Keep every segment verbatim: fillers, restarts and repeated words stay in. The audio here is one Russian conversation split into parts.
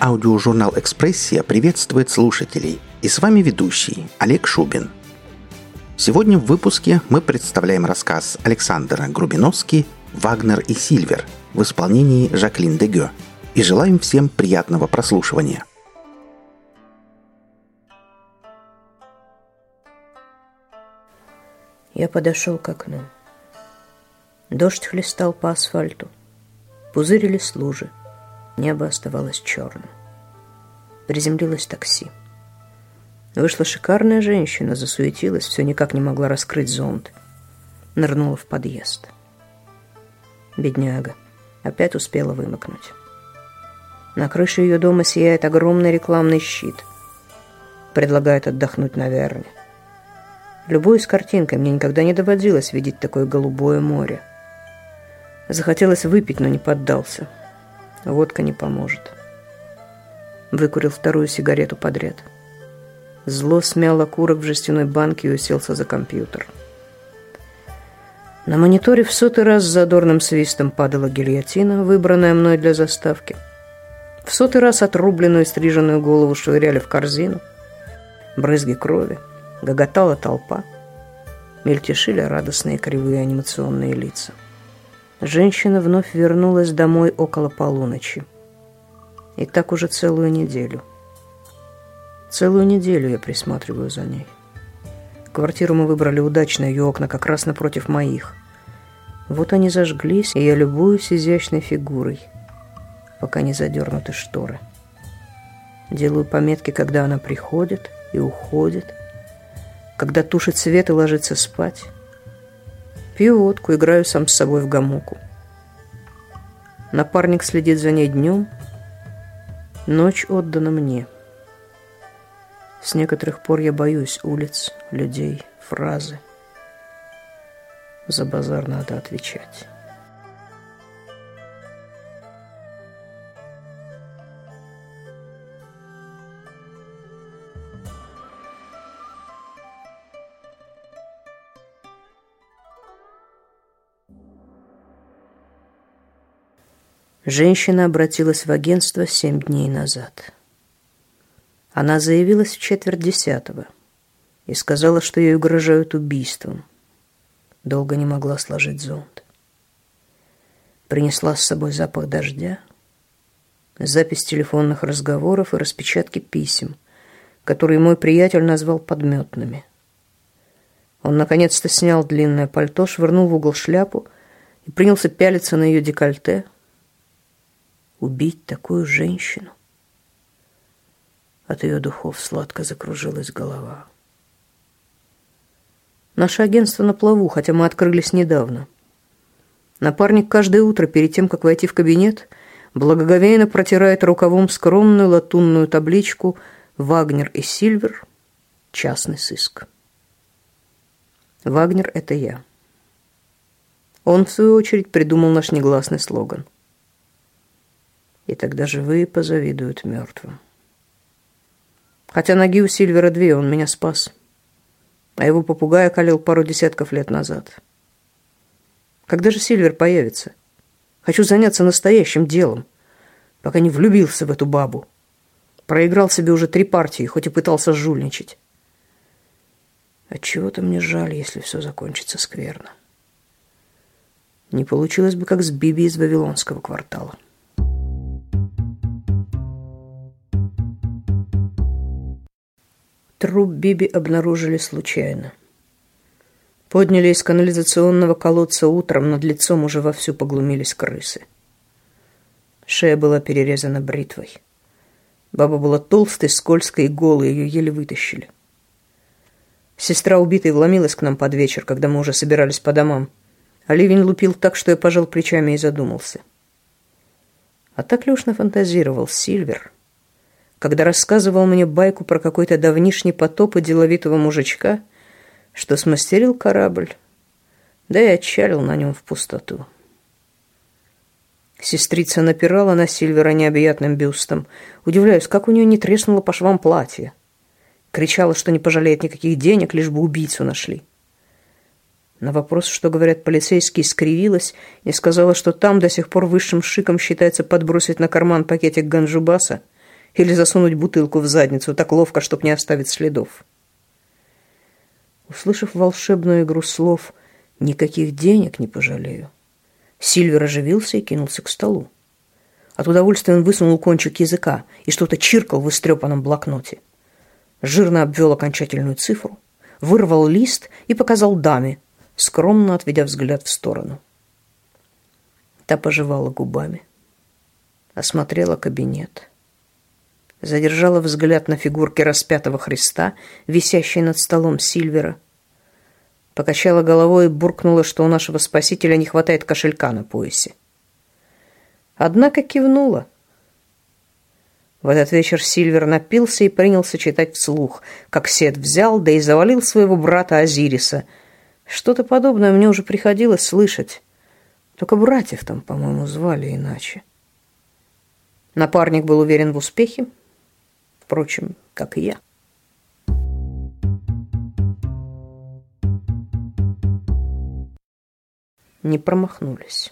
Аудиожурнал «Экспрессия» приветствует слушателей. И с вами ведущий Олег Шубин. Сегодня в выпуске мы представляем рассказ Александра Грубиновски «Вагнер и Сильвер» в исполнении Жаклин Дегё. И желаем всем приятного прослушивания. Я подошел к окну. Дождь хлестал по асфальту. Пузырились лужи. Небо оставалось черным. Приземлилось такси. Вышла шикарная женщина, засуетилась, все никак не могла раскрыть зонт. Нырнула в подъезд. Бедняга. Опять успела вымокнуть. На крыше ее дома сияет огромный рекламный щит. Предлагает отдохнуть на Верне. Любуюсь картинкой, мне никогда не доводилось видеть такое голубое море. Захотелось выпить, но не поддался. Водка не поможет. Выкурил вторую сигарету подряд. Зло смял окурок в жестяной банке и уселся за компьютер. На мониторе в сотый раз с задорным свистом падала гильотина, выбранная мной для заставки. В сотый раз отрубленную и стриженную голову швыряли в корзину. Брызги крови. Гоготала толпа. Мельтешили радостные кривые анимационные лица. Женщина вновь вернулась домой около полуночи. И так уже целую неделю. Целую неделю я присматриваю за ней. Квартиру мы выбрали удачно, ее окна как раз напротив моих. Вот они зажглись, и я любуюсь изящной фигурой, пока не задернуты шторы. Делаю пометки, когда она приходит и уходит, когда тушит свет и ложится спать. Пью водку, играю сам с собой в гамуку. Напарник следит за ней днем. Ночь отдана мне. С некоторых пор я боюсь улиц, людей, фразы. За базар надо отвечать. Женщина обратилась в агентство семь дней назад. Она заявилась в четверть десятого и сказала, что ей угрожают убийством. Долго не могла сложить зонт. Принесла с собой запах дождя, запись телефонных разговоров и распечатки писем, которые мой приятель назвал подметными. Он наконец-то снял длинное пальто, швырнул в угол шляпу и принялся пялиться на ее декольте. Убить такую женщину? От ее духов сладко закружилась голова. Наше агентство на плаву, хотя мы открылись недавно. Напарник каждое утро, перед тем, как войти в кабинет, благоговейно протирает рукавом скромную латунную табличку «Вагнер и Сильвер. Частный сыск». Вагнер — это я. Он, в свою очередь, придумал наш негласный слоган. И тогда живые позавидуют мертвым. Хотя ноги у Сильвера две, он меня спас. А его попугай околел пару десятков лет назад. Когда же Сильвер появится? Хочу заняться настоящим делом, пока не влюбился в эту бабу. Проиграл себе уже три партии, хоть и пытался жульничать. Отчего-то мне жаль, если все закончится скверно. Не получилось бы, как с Биби из Вавилонского квартала. Труп Биби обнаружили случайно. Подняли из канализационного колодца утром, над лицом уже вовсю поглумились крысы. Шея была перерезана бритвой. Баба была толстой, скользкой и голой, ее еле вытащили. Сестра убитой вломилась к нам под вечер, когда мы уже собирались по домам. А ливень лупил так, что я пожал плечами и задумался. А так ли уж нафантазировал Сильвер, когда рассказывал мне байку про какой-то давнишний потоп и деловитого мужичка, что смастерил корабль, да и отчалил на нем в пустоту. Сестрица напирала на Сильвера необъятным бюстом. Удивляюсь, как у нее не треснуло по швам платье. Кричала, что не пожалеет никаких денег, лишь бы убийцу нашли. На вопрос, что говорят полицейские, скривилась и сказала, что там до сих пор высшим шиком считается подбросить на карман пакетик ганджубаса Или засунуть бутылку в задницу так ловко, чтоб не оставить следов. Услышав волшебную игру слов «никаких денег не пожалею», Сильвер оживился и кинулся к столу. От удовольствия он высунул кончик языка и что-то чиркал в истрепанном блокноте. Жирно обвел окончательную цифру, вырвал лист и показал даме, скромно отведя взгляд в сторону. Та пожевала губами, осмотрела кабинет, задержала взгляд на фигурке распятого Христа, висящей над столом Сильвера, покачала головой и буркнула, что у нашего спасителя не хватает кошелька на поясе. Однако кивнула. В этот вечер Сильвер напился и принялся читать вслух, как Сет взял, да и завалил своего брата Азириса. Что-то подобное мне уже приходилось слышать. Только братьев там, по-моему, звали иначе. Напарник был уверен в успехе, впрочем, как и я. Не промахнулись.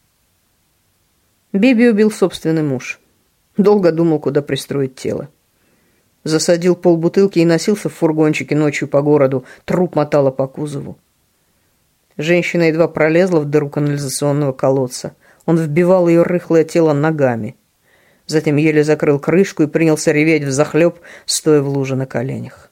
Биби убил собственный муж. Долго думал, куда пристроить тело. Засадил полбутылки и носился в фургончике ночью по городу. Труп мотало по кузову. Женщина едва пролезла в дыру канализационного колодца. Он вбивал ее рыхлое тело ногами. Затем еле закрыл крышку и принялся реветь взахлеб, стоя в луже на коленях.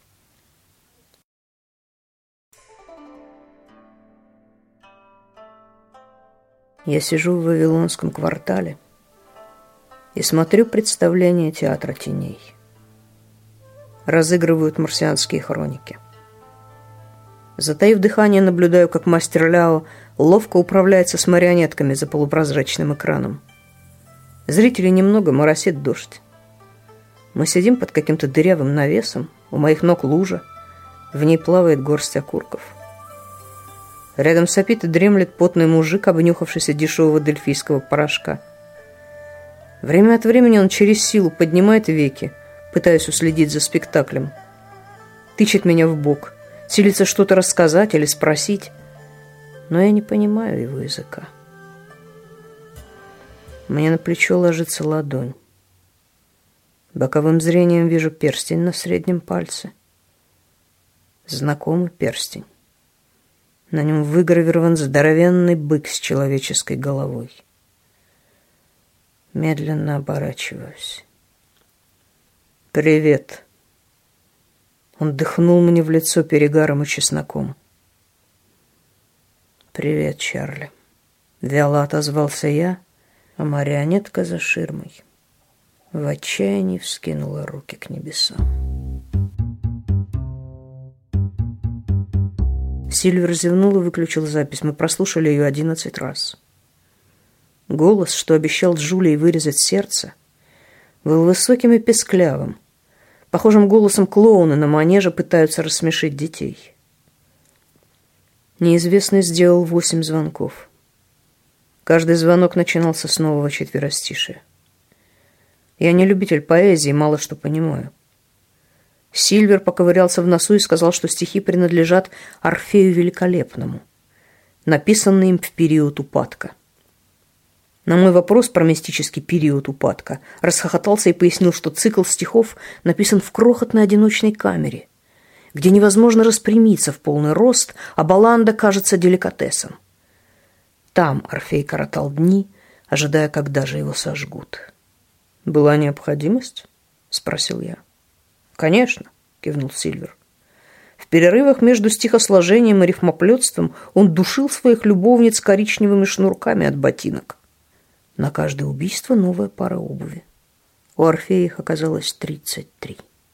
Я сижу в Вавилонском квартале и смотрю представление театра теней. Разыгрывают марсианские хроники. Затаив дыхание, наблюдаю, как мастер Ляо ловко управляется с марионетками за полупрозрачным экраном. Зрителей немного, моросит дождь. Мы сидим под каким-то дырявым навесом, у моих ног лужа, в ней плавает горсть окурков. Рядом сопит и дремлет потный мужик, обнюхавшийся дешевого дельфийского порошка. Время от времени он через силу поднимает веки, пытаясь уследить за спектаклем. Тычет меня в бок, силится что-то рассказать или спросить, но я не понимаю его языка. Мне на плечо ложится ладонь. Боковым зрением вижу перстень на среднем пальце. Знакомый перстень. На нем выгравирован здоровенный бык с человеческой головой. Медленно оборачиваюсь. «Привет!» Он дыхнул мне в лицо перегаром и чесноком. «Привет, Чарли!» Вяло отозвался я, а марионетка за ширмой в отчаянии вскинула руки к небесам. Сильвер зевнул и выключил запись. Мы прослушали ее одиннадцать раз. Голос, что обещал Джулии вырезать сердце, был высоким и песклявым, похожим голосом клоуна на манеже пытаются рассмешить детей. Неизвестный сделал восемь звонков. Каждый звонок начинался с нового четверостишия. Я не любитель поэзии, мало что понимаю. Сильвер поковырялся в носу и сказал, что стихи принадлежат Орфею Великолепному, написанные им в период упадка. На мой вопрос про мистический период упадка расхохотался и пояснил, что цикл стихов написан в крохотной одиночной камере, где невозможно распрямиться в полный рост, а баллада кажется деликатесом. Там Орфей коротал дни, ожидая, когда же его сожгут. «Была необходимость?» — спросил я. «Конечно», — кивнул Сильвер. В перерывах между стихосложением и рифмоплетством он душил своих любовниц коричневыми шнурками от ботинок. На каждое убийство новая пара обуви. У Орфея их оказалось тридцать три.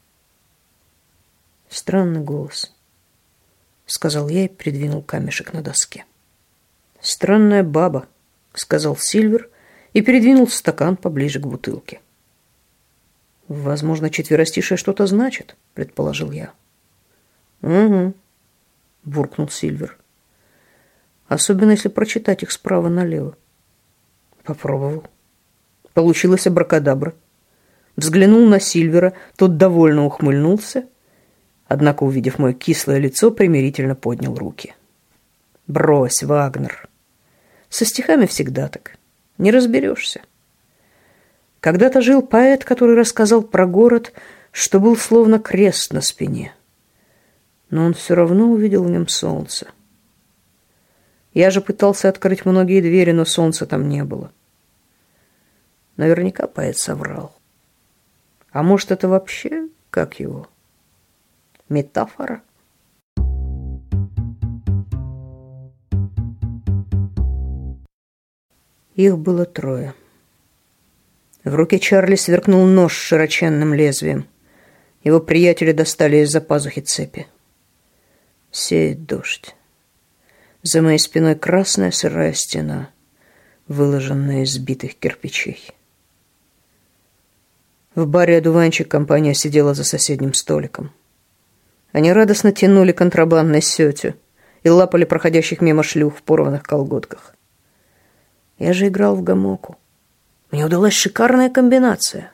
«Странный голос», — сказал я и придвинул камешек на доске. «Странная баба», — сказал Сильвер и передвинул стакан поближе к бутылке. «Возможно, четверостишее что-то значит», — предположил я. «Угу», — буркнул Сильвер. «Особенно, если прочитать их справа налево». Попробовал. Получилось абракадабра. Взглянул на Сильвера, тот довольно ухмыльнулся, однако, увидев мое кислое лицо, примирительно поднял руки. «Брось, Вагнер. Со стихами всегда так. Не разберешься. Когда-то жил поэт, который рассказал про город, что был словно крест на спине. Но он все равно увидел в нем солнце. Я же пытался открыть многие двери, но солнца там не было. Наверняка поэт соврал. А может, это вообще, как его, метафора? Их было трое. В руке Чарли сверкнул нож с широченным лезвием. Его приятели достали из-за пазухи цепи. Сеет дождь. За моей спиной красная сырая стена, выложенная из сбитых кирпичей. В баре «Одуванчик» компания сидела за соседним столиком. Они радостно тянули контрабандной сетью и лапали проходящих мимо шлюх в порванных колготках. Я же играл в гамоку. Мне удалась шикарная комбинация.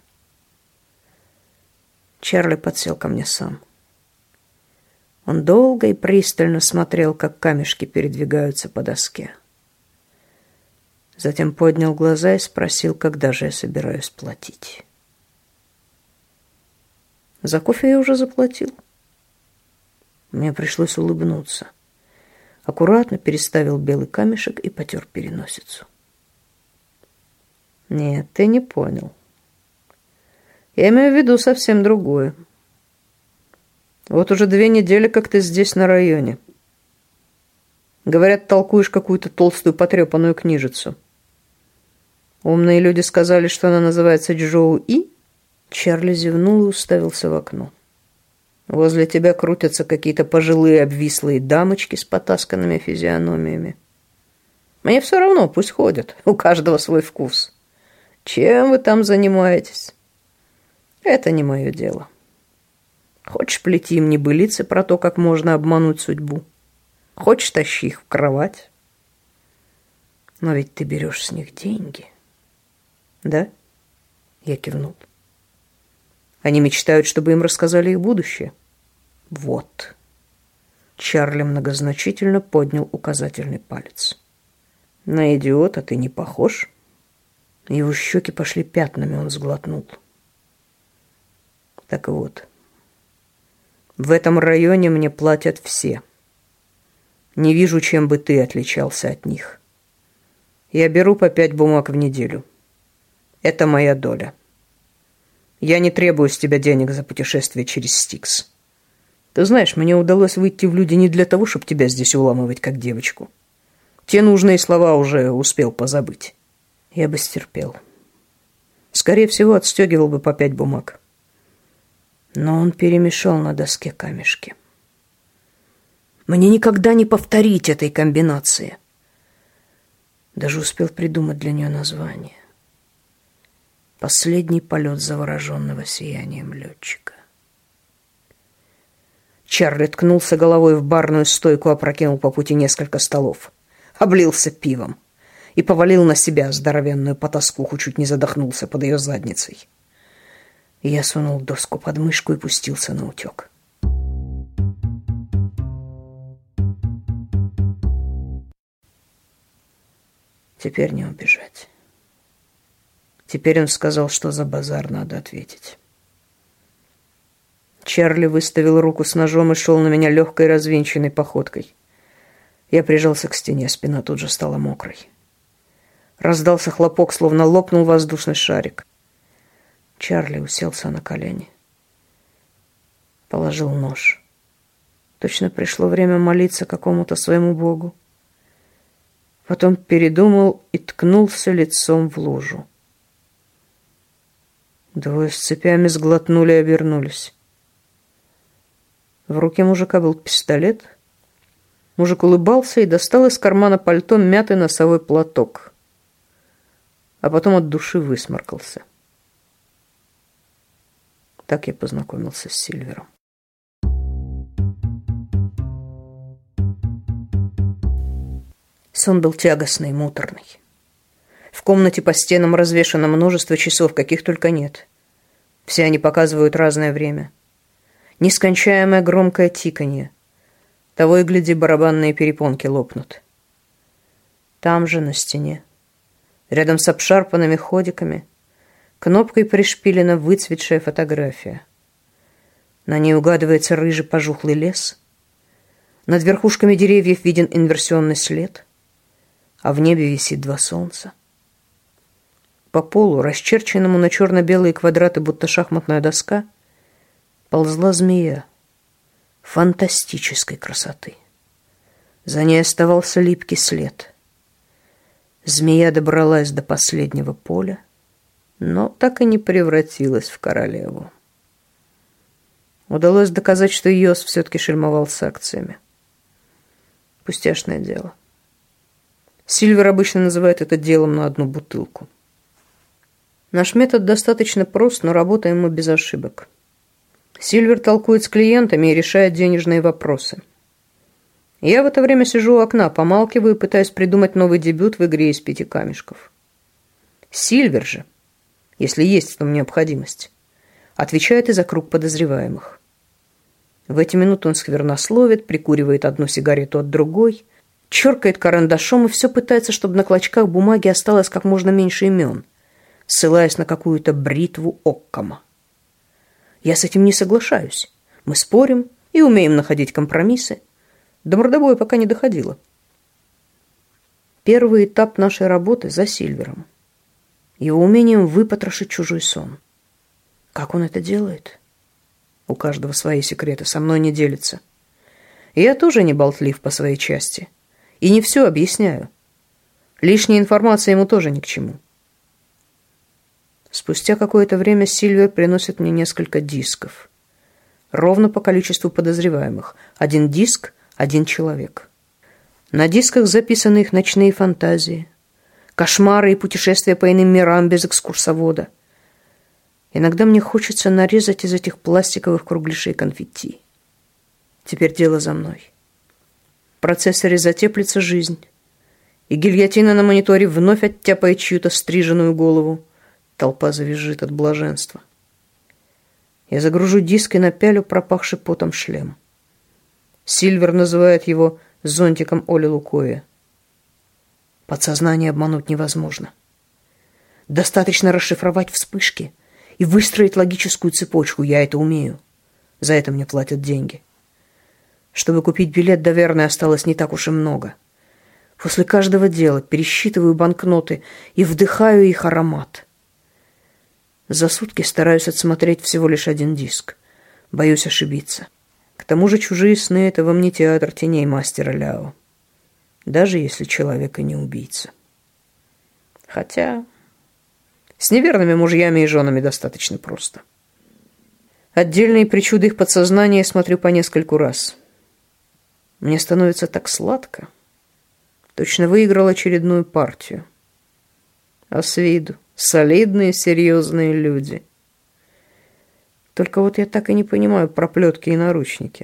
Чарли подсел ко мне сам. Он долго и пристально смотрел, как камешки передвигаются по доске. Затем поднял глаза и спросил, когда же я собираюсь платить. За кофе я уже заплатил. Мне пришлось улыбнуться. Аккуратно переставил белый камешек и потер переносицу. Нет, ты не понял. Я имею в виду совсем другое. Вот уже две недели, как ты здесь на районе. Говорят, толкуешь какую-то толстую потрепанную книжицу. Умные люди сказали, что она называется Джоу-И. Чарли зевнул и уставился в окно. Возле тебя крутятся какие-то пожилые обвислые дамочки с потасканными физиономиями. Мне все равно, пусть ходят. У каждого свой вкус. Чем вы там занимаетесь? Это не мое дело. Хочешь, плети им небылицы про то, как можно обмануть судьбу. Хочешь, тащи их в кровать. Но ведь ты берешь с них деньги. Да? Я кивнул. Они мечтают, чтобы им рассказали их будущее. Вот. Чарли многозначительно поднял указательный палец. На идиота ты не похож. Его щеки пошли пятнами, он сглотнул. Так вот, в этом районе мне платят все. Не вижу, чем бы ты отличался от них. Я беру по пять бумаг в неделю. Это моя доля. Я не требую с тебя денег за путешествие через Стикс. Ты знаешь, мне удалось выйти в люди не для того, чтобы тебя здесь уламывать, как девочку. Те нужные слова уже успел позабыть. Я бы стерпел. Скорее всего, отстегивал бы по пять бумаг. Но он перемешал на доске камешки. Мне никогда не повторить этой комбинации. Даже успел придумать для нее название. Последний полет завороженного сиянием летчика. Чарли ткнулся головой в барную стойку, опрокинул по пути несколько столов. Облился пивом. И повалил на себя здоровенную потаскуху, чуть не задохнулся под ее задницей. Я сунул доску под мышку и пустился на утек. Теперь не убежать. Теперь он сказал, что за базар надо ответить. Чарли выставил руку с ножом и шел на меня легкой развинченной походкой. Я прижался к стене, спина тут же стала мокрой. Раздался хлопок, словно лопнул воздушный шарик. Чарли уселся на колени. Положил нож. Точно пришло время молиться какому-то своему богу. Потом передумал и ткнулся лицом в лужу. Двое с цепями сглотнули и обернулись. В руке мужика был пистолет. Мужик улыбался и достал из кармана пальто мятый носовой платок. А потом от души высморкался. Так я познакомился с Сильвером. Сон был тягостный, муторный. В комнате по стенам развешано множество часов, каких только нет. Все они показывают разное время. Нескончаемое громкое тиканье. Того и гляди, барабанные перепонки лопнут. Там же, на стене, рядом с обшарпанными ходиками, Кнопкой пришпилена выцветшая фотография. На ней угадывается рыжий пожухлый лес. Над верхушками деревьев виден инверсионный след, а в небе висит два солнца. По полу, расчерченному на черно-белые квадраты, будто шахматная доска, ползла змея фантастической красоты. За ней оставался липкий след. Змея добралась до последнего поля, но так и не превратилась в королеву. Удалось доказать, что Йос все-таки шельмовал с акциями. Пустяшное дело. Сильвер обычно называет это делом на одну бутылку. Наш метод достаточно прост, но работаем мы без ошибок. Сильвер толкует с клиентами и решает денежные вопросы. Я в это время сижу у окна, помалкиваю, пытаясь придумать новый дебют в игре из пяти камешков. Сильвер же, если есть в том необходимость, отвечает и за круг подозреваемых. В эти минуты он сквернословит, прикуривает одну сигарету от другой, черкает карандашом и все пытается, чтобы на клочках бумаги осталось как можно меньше имен, ссылаясь на какую-то бритву Оккама. Я с этим не соглашаюсь. Мы спорим и умеем находить компромиссы. До мордобоя пока не доходило. Первый этап нашей работы за Сильвером. Его умением выпотрошить чужой сон. Как он это делает? У каждого свои секреты, со мной не делится. И я тоже не болтлив по своей части. И не все объясняю. Лишняя информация ему тоже ни к чему. Спустя какое-то время Сильвер приносит мне несколько дисков. Ровно по количеству подозреваемых. Один диск, один человек. На дисках записаны их ночные фантазии, кошмары и путешествия по иным мирам без экскурсовода. Иногда мне хочется нарезать из этих пластиковых кругляшей конфетти. Теперь дело за мной. В процессоре затеплится жизнь, и гильотина на мониторе вновь оттяпает чью-то стриженную голову. Толпа завизжит от блаженства. Я загружу диск и напялю пропахший потом шлем. Сильвер называет его зонтиком Оли Лукоя. Подсознание обмануть невозможно. Достаточно расшифровать вспышки и выстроить логическую цепочку. Я это умею. За это мне платят деньги. Чтобы купить билет до Верны осталось не так уж и много. После каждого дела пересчитываю банкноты и вдыхаю их аромат. За сутки стараюсь отсмотреть всего лишь один диск. Боюсь ошибиться. К тому же чужие сны — это вам не театр теней мастера Ляо. Даже если человек и не убийца. Хотя с неверными мужьями и женами достаточно просто. Отдельные причуды их подсознания я смотрю по нескольку раз. Мне становится так сладко. Точно выиграл очередную партию. А с виду солидные, серьезные люди. Только вот я так и не понимаю проплетки и наручники.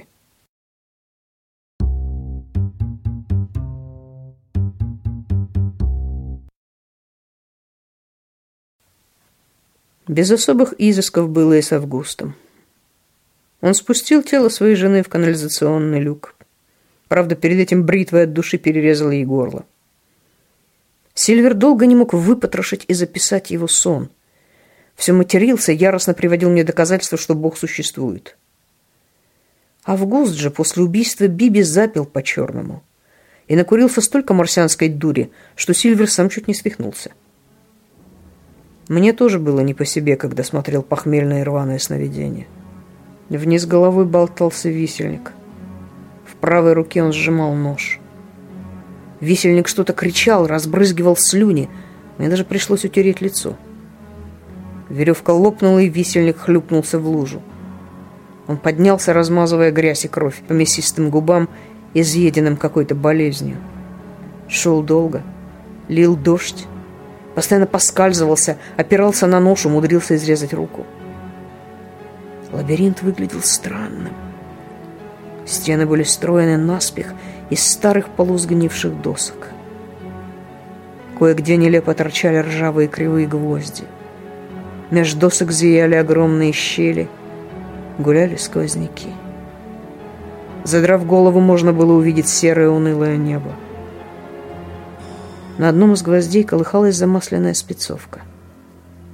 Без особых изысков было и с Августом. Он спустил тело своей жены в канализационный люк. Правда, перед этим бритвой от души перерезала ей горло. Сильвер долго не мог выпотрошить и записать его сон. Все матерился, яростно приводил мне доказательства, что Бог существует. Август же после убийства Биби запил по-черному и накурился столько марсианской дури, что Сильвер сам чуть не свихнулся. Мне тоже было не по себе, когда смотрел похмельное и рваное сновидение. Вниз головой болтался висельник. В правой руке он сжимал нож. Висельник что-то кричал, разбрызгивал слюни. Мне даже пришлось утереть лицо. Веревка лопнула, и висельник хлюпнулся в лужу. Он поднялся, размазывая грязь и кровь по мясистым губам, изъеденным какой-то болезнью. Шел долго, лил дождь, постоянно поскальзывался, опирался на нож, умудрился изрезать руку. Лабиринт выглядел странным. Стены были сстроены наспех из старых полусгнивших досок. Кое-где нелепо торчали ржавые кривые гвозди. Меж досок зияли огромные щели, гуляли сквозняки. Задрав голову, можно было увидеть серое унылое небо. На одном из гвоздей колыхалась замасленная спецовка.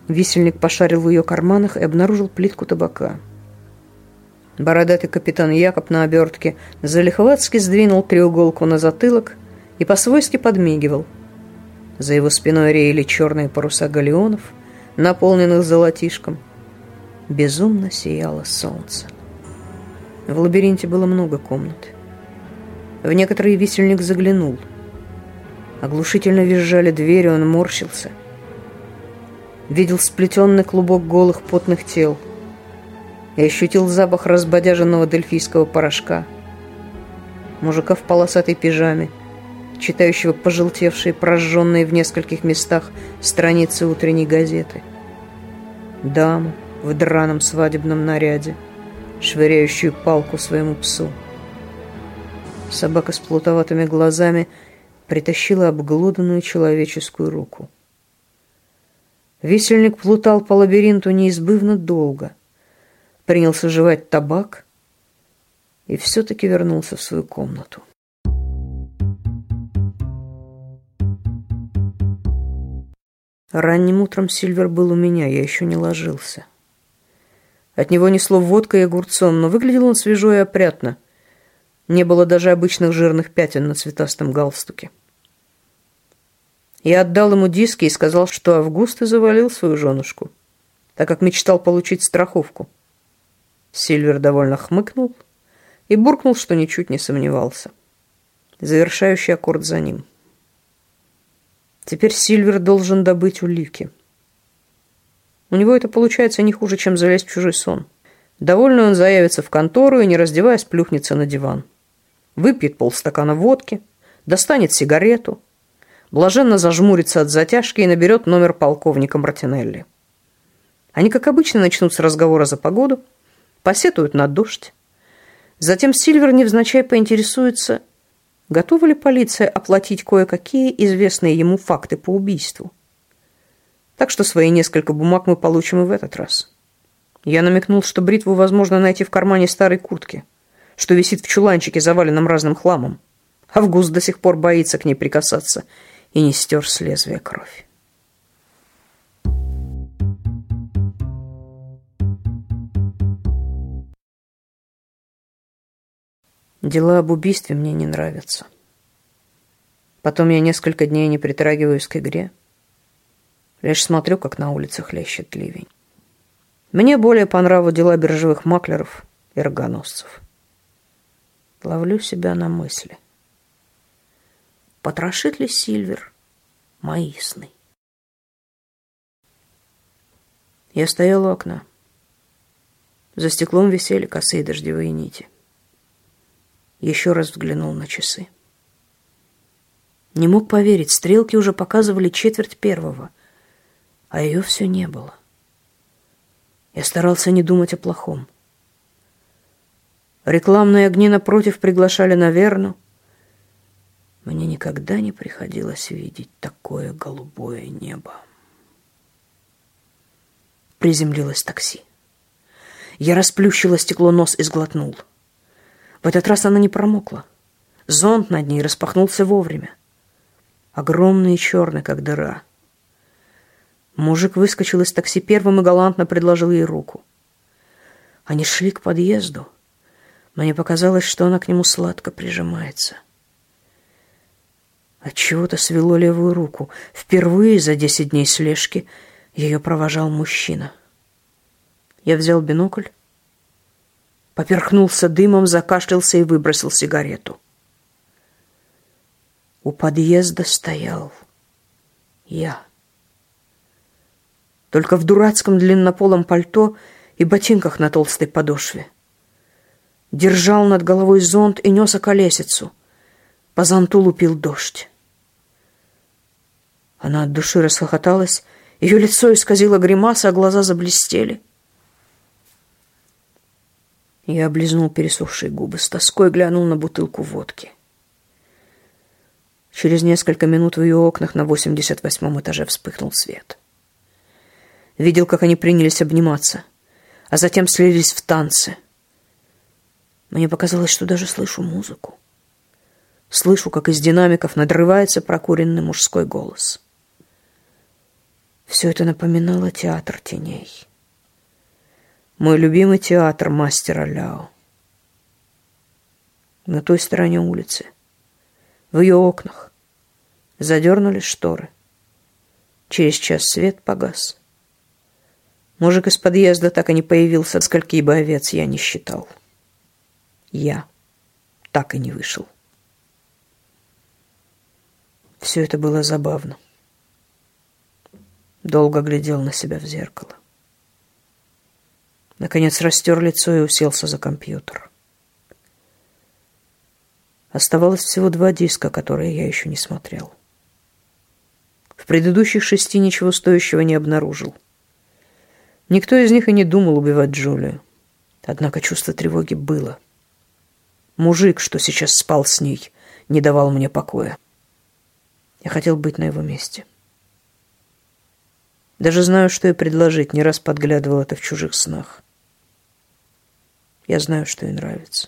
Висельник пошарил в ее карманах и обнаружил плитку табака. Бородатый капитан Якоб на обертке залихватски сдвинул треуголку на затылок и по-свойски подмигивал. За его спиной реяли черные паруса галеонов, наполненных золотишком. Безумно сияло солнце. В лабиринте было много комнат. В некоторые висельник заглянул. Оглушительно визжали двери, он морщился. Видел сплетенный клубок голых потных тел и ощутил запах разбодяженного дельфийского порошка, мужика в полосатой пижаме, читающего пожелтевшие, прожженные в нескольких местах страницы утренней газеты, даму в драном свадебном наряде, швыряющую палку своему псу. Собака с плутоватыми глазами притащила обглоданную человеческую руку. Висельник плутал по лабиринту неизбывно долго, принялся жевать табак и все-таки вернулся в свою комнату. Ранним утром Сильвер был у меня, я еще не ложился. От него несло водкой и огурцом, но выглядел он свежо и опрятно. Не было даже обычных жирных пятен на цветастом галстуке. Я отдал ему диски и сказал, что Август и завалил свою женушку, так как мечтал получить страховку. Сильвер довольно хмыкнул и буркнул, что ничуть не сомневался. Завершающий аккорд за ним. Теперь Сильвер должен добыть улики. У него это получается не хуже, чем залезть в чужой сон. Довольный он заявится в контору и, не раздеваясь, плюхнется на диван. Выпьет полстакана водки, достанет сигарету, блаженно зажмурится от затяжки и наберет номер полковника Мартинелли. Они, как обычно, начнут с разговора за погоду, посетуют на дождь. Затем Сильвер невзначай поинтересуется, готова ли полиция оплатить кое-какие известные ему факты по убийству. Так что свои несколько бумаг мы получим и в этот раз. Я намекнул, что бритву возможно найти в кармане старой куртки, что висит в чуланчике, заваленном разным хламом. Август до сих пор боится к ней прикасаться и не стер с лезвия кровь. Дела об убийстве мне не нравятся. Потом я несколько дней не притрагиваюсь к игре. Лишь смотрю, как на улицах хлещет ливень. Мне более по нраву дела биржевых маклеров и рогоносцев. Ловлю себя на мысли. Потрошит ли Сильвер мои сны? Я стоял у окна. За стеклом висели косые дождевые нити. Еще раз взглянул на часы. Не мог поверить, стрелки уже показывали четверть первого, а ее все не было. Я старался не думать о плохом. Рекламные огни напротив приглашали на Верну. Мне никогда не приходилось видеть такое голубое небо. Приземлилось такси. Я расплющила стекло нос и сглотнул. В этот раз она не промокла. Зонт над ней распахнулся вовремя. Огромный и черный, как дыра. Мужик выскочил из такси первым и галантно предложил ей руку. Они шли к подъезду. Мне показалось, что она к нему сладко прижимается. Отчего-то свело левую руку. Впервые за десять дней слежки ее провожал мужчина. Я взял бинокль, поперхнулся дымом, закашлялся и выбросил сигарету. У подъезда стоял я. Только в дурацком длиннополом пальто и ботинках на толстой подошве. Держал над головой зонт и нес околесицу. По зонту лупил дождь. Она от души расхохоталась, ее лицо исказило гримаса, а глаза заблестели. Я облизнул пересохшие губы, с тоской глянул на бутылку водки. Через несколько минут в ее окнах на восемьдесят восьмом этаже вспыхнул свет. Видел, как они принялись обниматься, а затем слились в танцы. Мне показалось, что даже слышу музыку. Слышу, как из динамиков надрывается прокуренный мужской голос. Все Все это напоминало театр теней. Мой любимый театр мастера Ляо. На той стороне улицы, в ее окнах, задернули шторы. Через час свет погас. Мужик из подъезда так и не появился, скольки бы овец я не считал. Я так и не вышел. Все это было забавно. Долго глядел на себя в зеркало. Наконец растер лицо и уселся за компьютер. Оставалось всего два диска, которые я еще не смотрел. В предыдущих шести ничего стоящего не обнаружил. Никто из них и не думал убивать Джулию. Однако чувство тревоги было. Мужик, что сейчас спал с ней, не давал мне покоя. Я хотел быть на его месте. Даже знаю, что ей предложить, не раз подглядывал это в чужих снах. Я знаю, что ей нравится.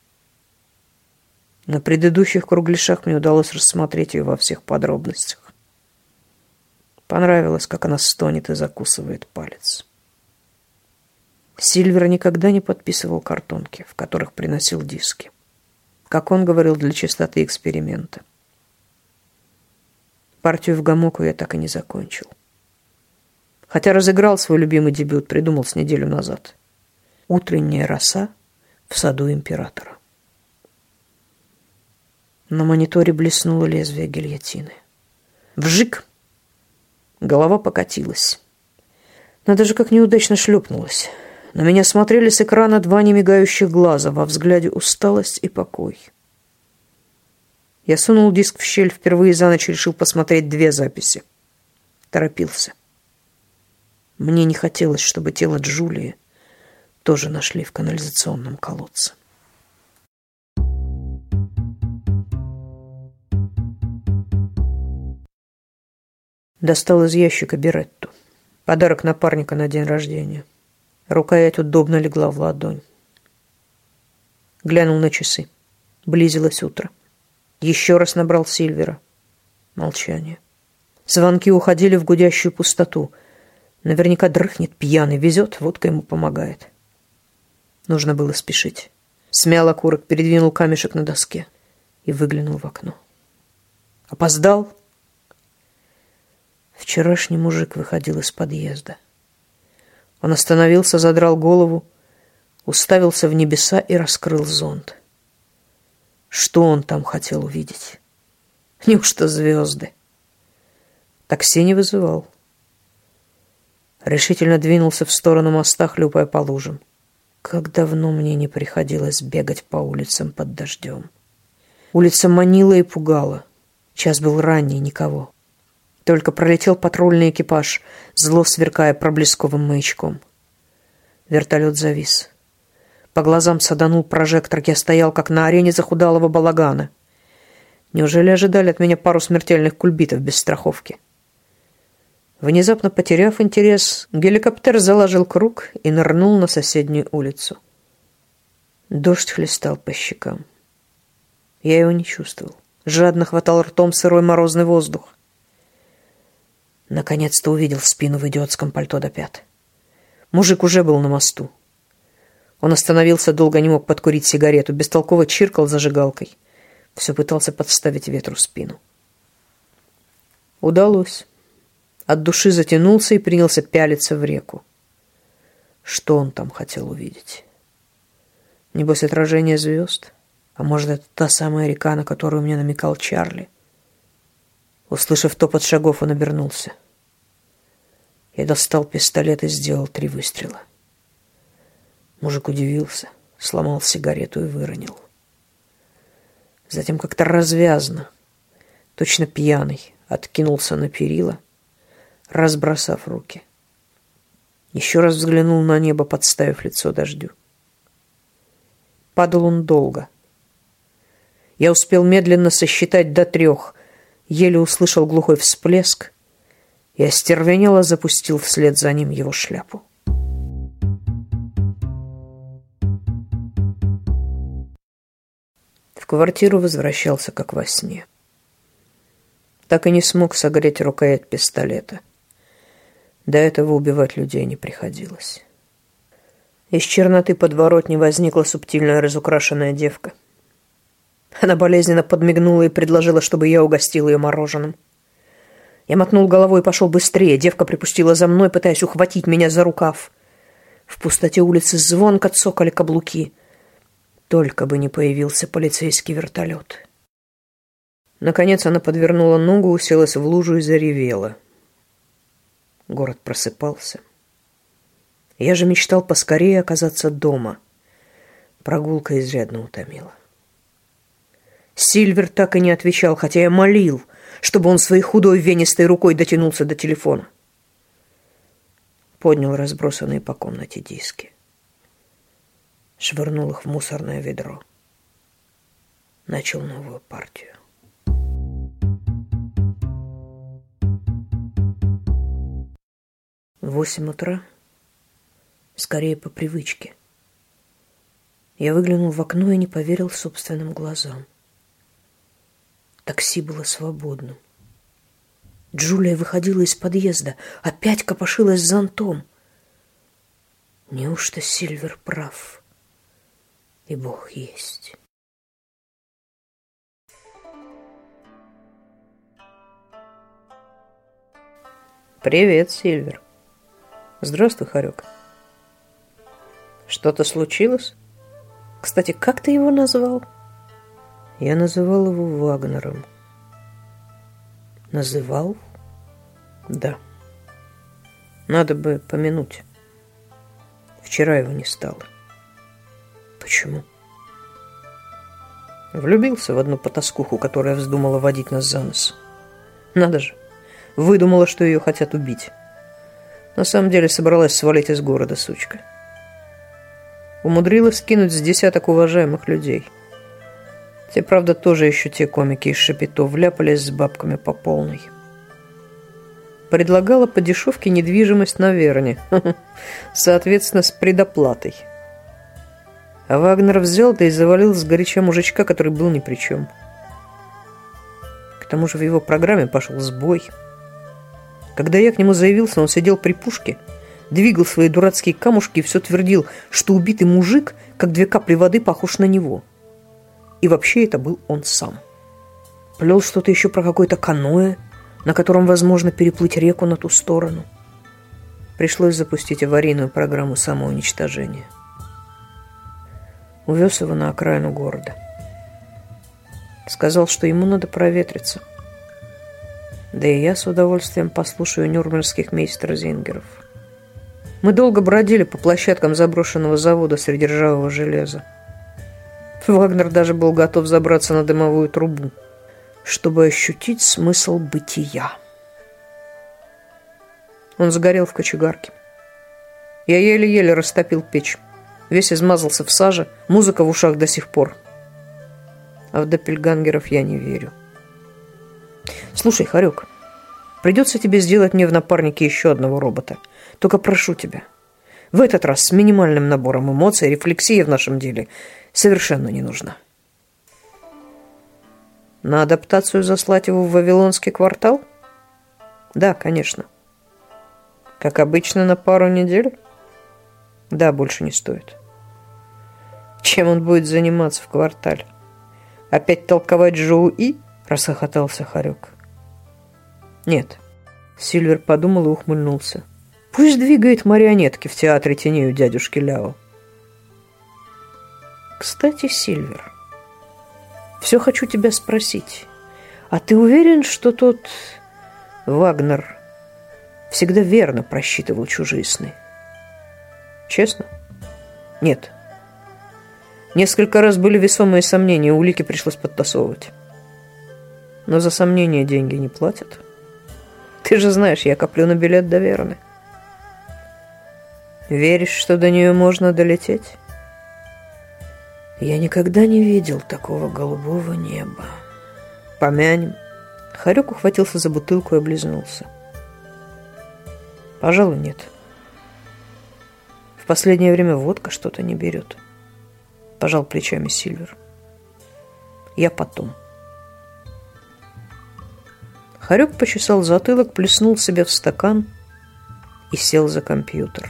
На предыдущих кругляшах мне удалось рассмотреть ее во всех подробностях. Понравилось, как она стонет и закусывает палец. Сильвер никогда не подписывал картонки, в которых приносил диски. Как он говорил, для чистоты эксперимента. Партию в гамоку я так и не закончил. Хотя разыграл свой любимый дебют, придумал с неделю назад. «Утренняя роса в саду императора». На мониторе блеснуло лезвие гильотины. Вжик! Голова покатилась. Надо же, как неудачно шлепнулась. На меня смотрели с экрана два немигающих глаза, во взгляде усталость и покой. Я сунул диск в щель, впервые за ночь решил посмотреть две записи. Торопился. Мне не хотелось, чтобы тело Джулии тоже нашли в канализационном колодце. Достал из ящика беретту. Подарок напарника на день рождения. Рукоять удобно легла в ладонь. Глянул на часы. Близилось утро. Еще раз набрал Сильвера. Молчание. Звонки уходили в гудящую пустоту. Наверняка дрыхнет пьяный, везет, водка ему помогает. Нужно было спешить. Смял окурок, передвинул камешек на доске и выглянул в окно. Опоздал? Вчерашний мужик выходил из подъезда. Он остановился, задрал голову, уставился в небеса и раскрыл зонт. Что он там хотел увидеть? Неужто звезды? Такси не вызывал. Решительно двинулся в сторону моста, хлюпая по лужам. Как давно мне не приходилось бегать по улицам под дождем. Улица манила и пугала. Час был ранний, никого. Только пролетел патрульный экипаж, зло сверкая проблесковым маячком. Вертолет завис. По глазам саданул прожектор, я стоял, как на арене захудалого балагана. Неужели ожидали от меня пару смертельных кульбитов без страховки? Внезапно потеряв интерес, геликоптер заложил круг и нырнул на соседнюю улицу. Дождь хлестал по щекам. Я его не чувствовал. Жадно хватал ртом сырой морозный воздух. Наконец-то увидел спину в идиотском пальто до пят. Мужик уже был на мосту. Он остановился, долго не мог подкурить сигарету, бестолково чиркал зажигалкой. Все пытался подставить ветру спину. Удалось. От души затянулся и принялся пялиться в реку. Что он там хотел увидеть? Небось, отражение звезд? А может, это та самая река, на которую мне намекал Чарли? Услышав топот шагов, он обернулся. Я достал пистолет и сделал три выстрела. Мужик удивился, сломал сигарету и выронил. Затем как-то развязно, точно пьяный, откинулся на перила, разбросав руки. Еще раз взглянул на небо, подставив лицо дождю. Падал он долго. Я успел медленно сосчитать до трех, еле услышал глухой всплеск и остервенело запустил вслед за ним его шляпу. В квартиру возвращался, как во сне. Так и не смог согреть рукоять пистолета. До этого убивать людей не приходилось. Из черноты подворотни возникла субтильная разукрашенная девка. Она болезненно подмигнула и предложила, чтобы я угостил ее мороженым. Я мотнул головой и пошел быстрее. Девка припустила за мной, пытаясь ухватить меня за рукав. В пустоте улицы звонко цокали каблуки. Только бы не появился полицейский вертолет. Наконец она подвернула ногу, уселась в лужу и заревела. Город просыпался. Я же мечтал поскорее оказаться дома. Прогулка изрядно утомила. Сильвер так и не отвечал, хотя я молил, чтобы он своей худой венистой рукой дотянулся до телефона. Поднял разбросанные по комнате диски. Швырнул их в мусорное ведро. Начал новую партию. В восемь утра, скорее по привычке, я выглянул в окно и не поверил собственным глазам. Такси было свободным. Джулия выходила из подъезда, опять копошилась с зонтом. Неужто Сильвер прав, и Бог есть? Привет, Сильвер. Здравствуй, Харек. Что-то случилось? Кстати, как ты его назвал? Я называл его Вагнером. Называл? Да. Надо бы помянуть. Вчера его не стало. Почему? Влюбился в одну потаскуху, которая вздумала водить нас за нос. Надо же. Выдумала, что ее хотят убить. На самом деле собралась свалить из города, сучка. Умудрилась скинуть с десяток уважаемых людей. Те, правда, тоже еще те комики из Шапито вляпались с бабками по полной. Предлагала по дешевке недвижимость на Верне. Соответственно, с предоплатой. А Вагнер взял да и завалил сгоряча мужичка, который был ни при чем. К тому же в его программе пошел сбой. Когда я к нему заявился, он сидел при пушке, двигал свои дурацкие камушки и все твердил, что убитый мужик, как две капли воды, похож на него. И вообще это был он сам. Плел что-то еще про какое-то каноэ, на котором возможно переплыть реку на ту сторону. Пришлось запустить аварийную программу самоуничтожения. Увез его на окраину города. Сказал, что ему надо проветриться. Да и я с удовольствием послушаю нюрнбергских мейстер-зингеров. Мы долго бродили по площадкам заброшенного завода среди ржавого железа. Вагнер даже был готов забраться на дымовую трубу, чтобы ощутить смысл бытия. Он загорел в кочегарке. Я еле-еле растопил печь. Весь измазался в саже, музыка в ушах до сих пор. А в доппельгангеров я не верю. Слушай, Харек, придется тебе сделать мне в напарнике еще одного робота. Только прошу тебя, в этот раз с минимальным набором эмоций, рефлексия в нашем деле совершенно не нужна. На адаптацию заслать его в Вавилонский квартал? Да, конечно. Как обычно, на пару недель? Да, больше не стоит. Чем он будет заниматься в квартале? Опять толковать Джоу И? Расхохотался Харек. Нет. Сильвер подумал и ухмыльнулся. Пусть двигает марионетки в театре теней у дядюшки Ляо. Кстати, Сильвер, все хочу тебя спросить. А ты уверен, что тот Вагнер всегда верно просчитывал чужие сны? Честно? Нет. Несколько раз были весомые сомнения, улики пришлось подтасовывать. Но за сомнения деньги не платят. Ты же знаешь, я коплю на билет до Верны. Веришь, что до нее можно долететь? Я никогда не видел такого голубого неба. Помянем. Харек ухватился за бутылку и облизнулся. Пожалуй, нет. В последнее время водка что-то не берет. Пожал плечами Сильвер. Я потом. Харек почесал затылок, плеснул себе в стакан и сел за компьютер.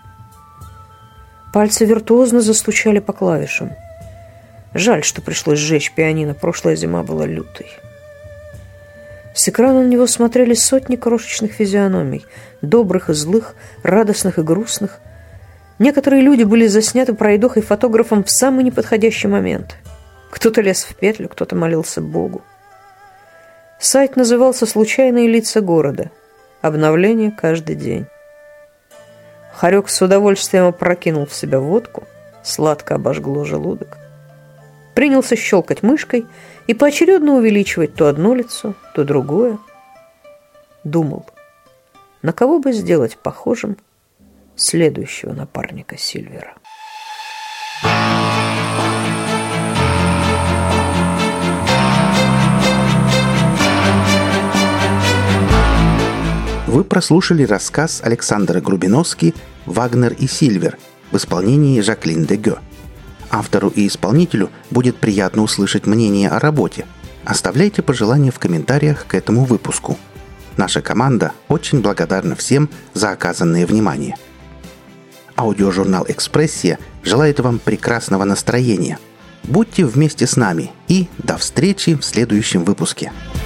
Пальцы виртуозно застучали по клавишам. Жаль, что пришлось сжечь пианино, прошлая зима была лютой. С экрана на него смотрели сотни крошечных физиономий, добрых и злых, радостных и грустных. Некоторые люди были засняты пройдохой фотографом в самый неподходящий момент. Кто-то лез в петлю, кто-то молился Богу. Сайт назывался «Случайные лица города». Обновление каждый день. Хорек с удовольствием опрокинул в себя водку, сладко обожгло желудок. Принялся щелкать мышкой и поочередно увеличивать то одно лицо, то другое. Думал, на кого бы сделать похожим следующего напарника Сильвера. Вы прослушали рассказ Александра Грубиноски «Вагнер и Сильвер» в исполнении Жаклин Дегё. Автору и исполнителю будет приятно услышать мнение о работе. Оставляйте пожелания в комментариях к этому выпуску. Наша команда очень благодарна всем за оказанное внимание. Аудиожурнал «Экспрессия» желает вам прекрасного настроения. Будьте вместе с нами и до встречи в следующем выпуске.